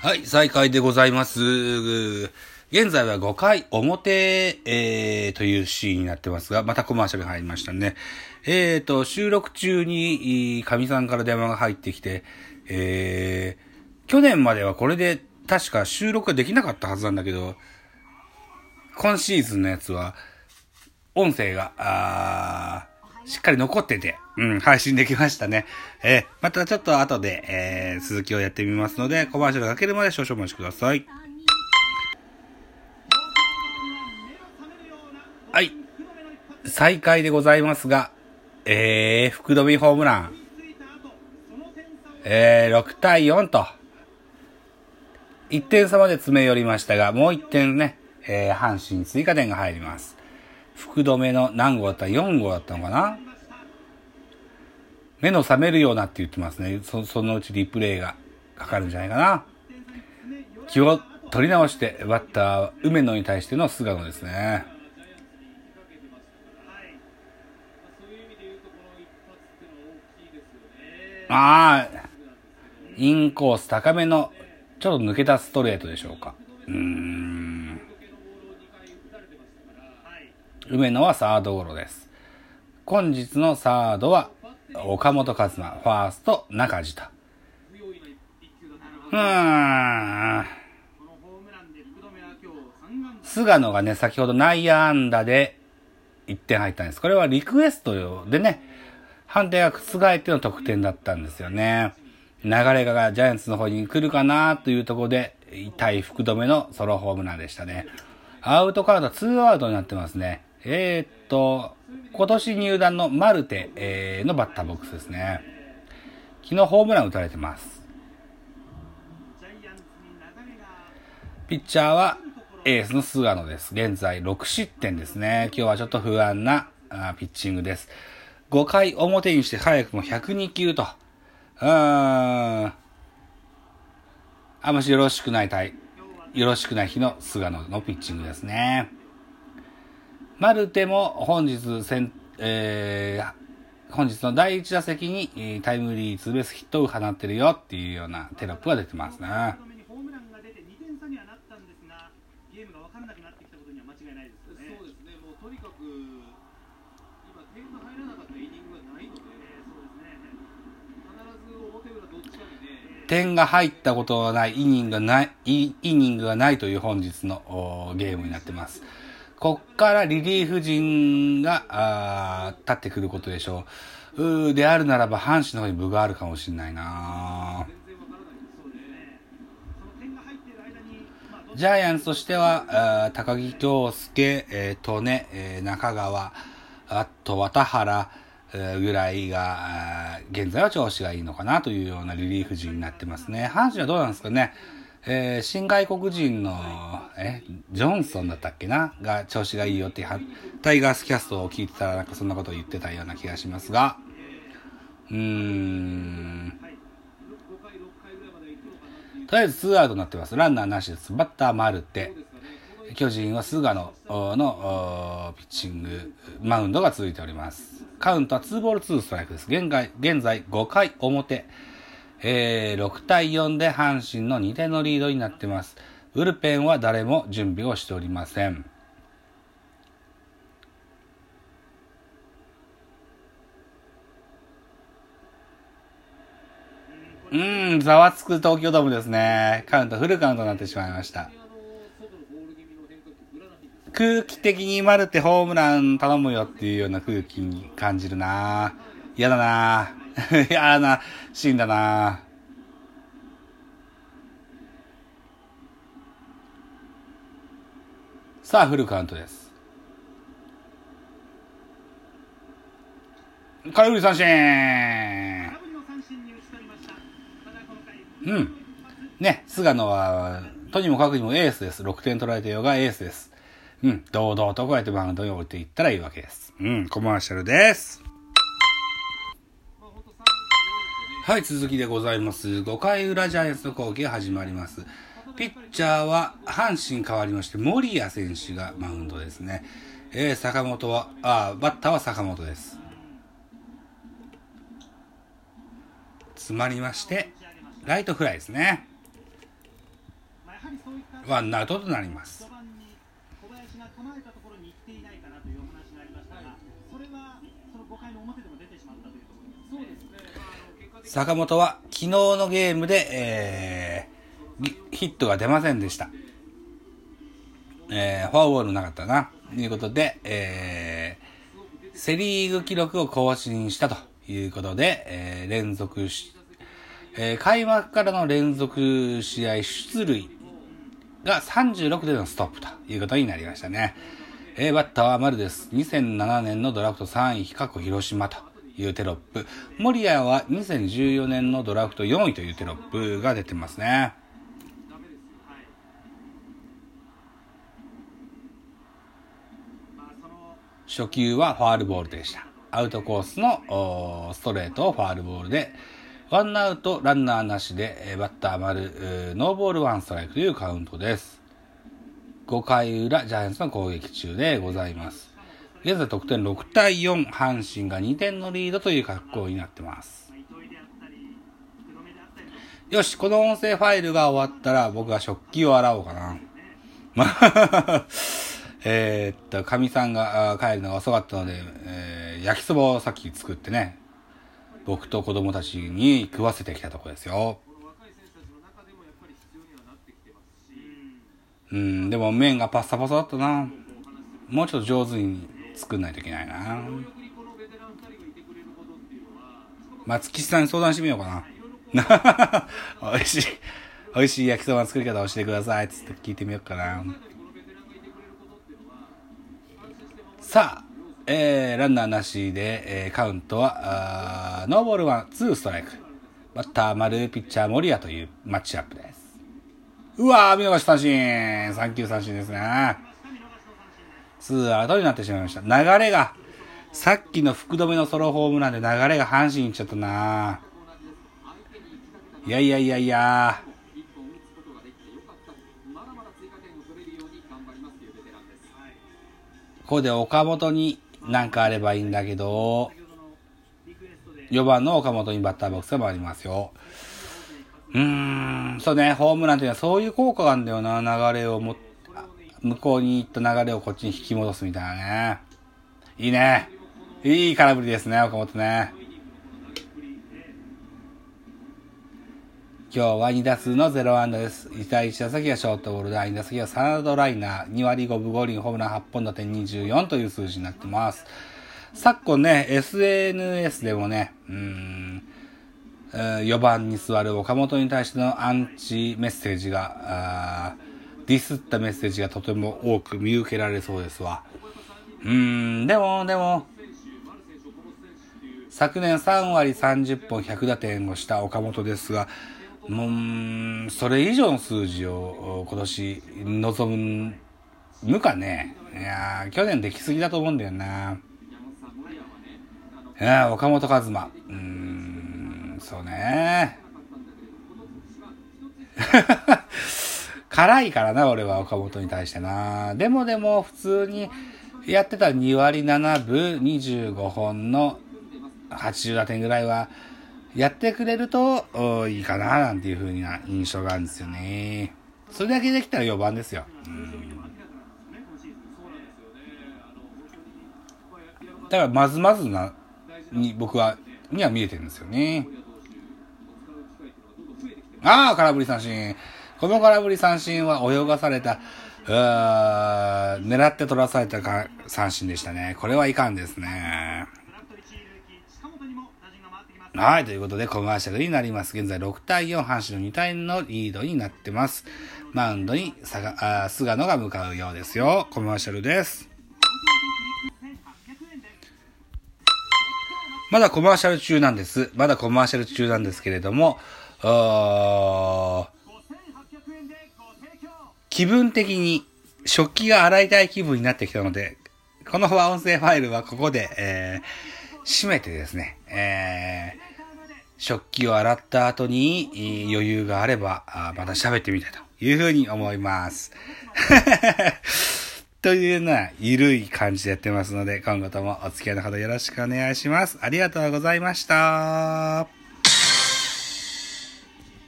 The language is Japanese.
はい、再開でございます。現在は5回表、というシーンになってますが、またコマーシャルが入りましたね。収録中に、かみさんから電話が入ってきて、去年まではこれで確か収録ができなかったはずなんだけど、今シーズンのやつは、音声が、しっかり残ってて、配信できましたね。またちょっと後で、続きをやってみますので、コマーシャルがかけるまで少々お待ちください。はい。再開でございますが、福留ホームラン。6対4と、1点差まで詰め寄りましたが、もう1点ね、阪神追加点が入ります。福留の何号だった ?4 号だったのかな。目の覚めるようなって言ってますね。そのうちリプレイがかかるんじゃないかな。気を取り直してバッター梅野に対しての菅野ですね。インコース高めのちょっと抜けたストレートでしょうか。梅野はサードゴロです。本日のサードは岡本和真、ファースト中地と。菅野がね、先ほど内野安打で1点入ったんです。これはリクエストでね、判定が覆っての得点だったんですよね。流れがジャイアンツの方に来るかなというところで、対福留のソロホームランでしたね。アウトカウントは2アウトになってますね。今年入団のマルテ、のバッターボックスですね。昨日ホームラン打たれてます。ピッチャーはエースの菅野です。現在6失点ですね。今日はちょっと不安なピッチングです。5回表にして早くも102球と。あましよろしくない日の菅野のピッチングですね。マルテも本日の第1打席にタイムリーツーベースヒットを放ってるよっていうようなテロップが出てますね。点が入ったことはないイニングがないという本日のゲームになってます。こっからリリーフ陣が立ってくることでしょう。であるならば阪神の方に分があるかもしれないな。ジャイアンツとしては高木京介、利根、中川、あと渡原ぐらいが現在は調子がいいのかなというようなリリーフ陣になってますね。阪神はどうなんですかね。新外国人のジョンソンだったっけなが調子がいいよってタイガースキャストを聞いてたらなんかそんなことを言ってたような気がしますが、とりあえず2アウトになってます。ランナーなしです。バッターマルテ。巨人は菅野のピッチングマウンドが続いております。カウントは2ボール2ストライクです。現在5回表、6対4で阪神の2点のリードになっています。ブルペンは誰も準備をしておりません。ざわつく東京ドームですね。フルカウントになってしまいました。空気的にマルテホームラン頼むよっていうような空気に感じるな。嫌だな。嫌なシーンだな。さあフルカウントです。空振り三振。ね、菅野はとにもかくにもエースです。6点取られてようがエースです。堂々とこうやってマウンドに置いていったらいいわけです。コマーシャルです。はい、続きでございます。5回裏ジャイアンツの攻撃が始まります。ピッチャーは阪神変わりまして森谷選手がマウンドですね。バッターは坂本です。詰まりましてライトフライですね。 ワンアウトとなります。坂本は昨日のゲームで、ヒットが出ませんでした。フォアボールなかったなということで、セリーグ記録を更新したということで、連続開幕からの連続試合出塁が36でのストップということになりましたね。バッターは丸です。2007年のドラフト3位過去広島というテロップ。森谷は2014年のドラフト4位というテロップが出てますね。初球はファールボールでした。アウトコースのストレートをファールボールで、ワンアウトランナーなしでバッター丸ノーボールワンストライクというカウントです。5回裏ジャイアンツの攻撃中でございます。現在得点6対4、阪神が2点のリードという格好になってます。よし、この音声ファイルが終わったら僕は食器を洗おうかな。かみさんが帰るのが遅かったので、焼きそばをさっき作ってね、僕と子供たちに食わせてきたとこですよ。でも麺がパッサパサだったな。もうちょっと上手に作んないといけないな。松吉さんに相談してみようかな。美味しい焼きそばの作り方を教えてくださいつって聞いてみようかな。さあ、ランナーなしで、カウントはノーボールワン、ツーストライク。バッター丸、ピッチャー森谷というマッチアップです。うわー、見逃し三振。3球三振ですね。ツーアウトになってしまいました。流れが、さっきの福留のソロホームランで流れが阪神に行っちゃったな。いや。ここで岡本に何かあればいいんだけど、4番の岡本にバッターボックスが回りますよ。そうね、ホームランというのはそういう効果があるんだよな。流れを向こうに行った流れをこっちに引き戻すみたいなね。いいね。いい空振りですね、岡本ね。今日は2打数の0安打です。第1打席はショートゴロ、第2打席はサードライナー、2割5分5厘、ホームラン8本打点24という数字になってます。昨今ね、SNS でもね、4番に座る岡本に対してのアンチメッセージが、ディスったメッセージがとても多く見受けられそうですわ。でも、昨年3割30本100打点をした岡本ですが、それ以上の数字を今年望むかね。いやー、去年できすぎだと思うんだよな。岡本和真。そうね。辛いからな、俺は岡本に対してな。でも、普通にやってた2割7分25本の80打点ぐらいは、やってくれるといいかななんていう風な印象があるんですよね。それだけできたら4番ですよ。だからまずに僕には見えてるんですよね。空振り三振。この空振り三振は泳がされた、狙って取らされた三振でしたね。これはいかんですね。はい、ということでコマーシャルになります。現在6対4、阪神の2対のリードになってます。マウンドに菅野が向かうようですよ。コマーシャルです。まだコマーシャル中なんですけれども、気分的に食器が洗いたい気分になってきたので、この音声ファイルはここで、締めてですね、食器を洗った後に余裕があればまた喋ってみたいというふうに思います。というような緩い感じでやってますので、今後ともお付き合いのほどよろしくお願いします。ありがとうございました。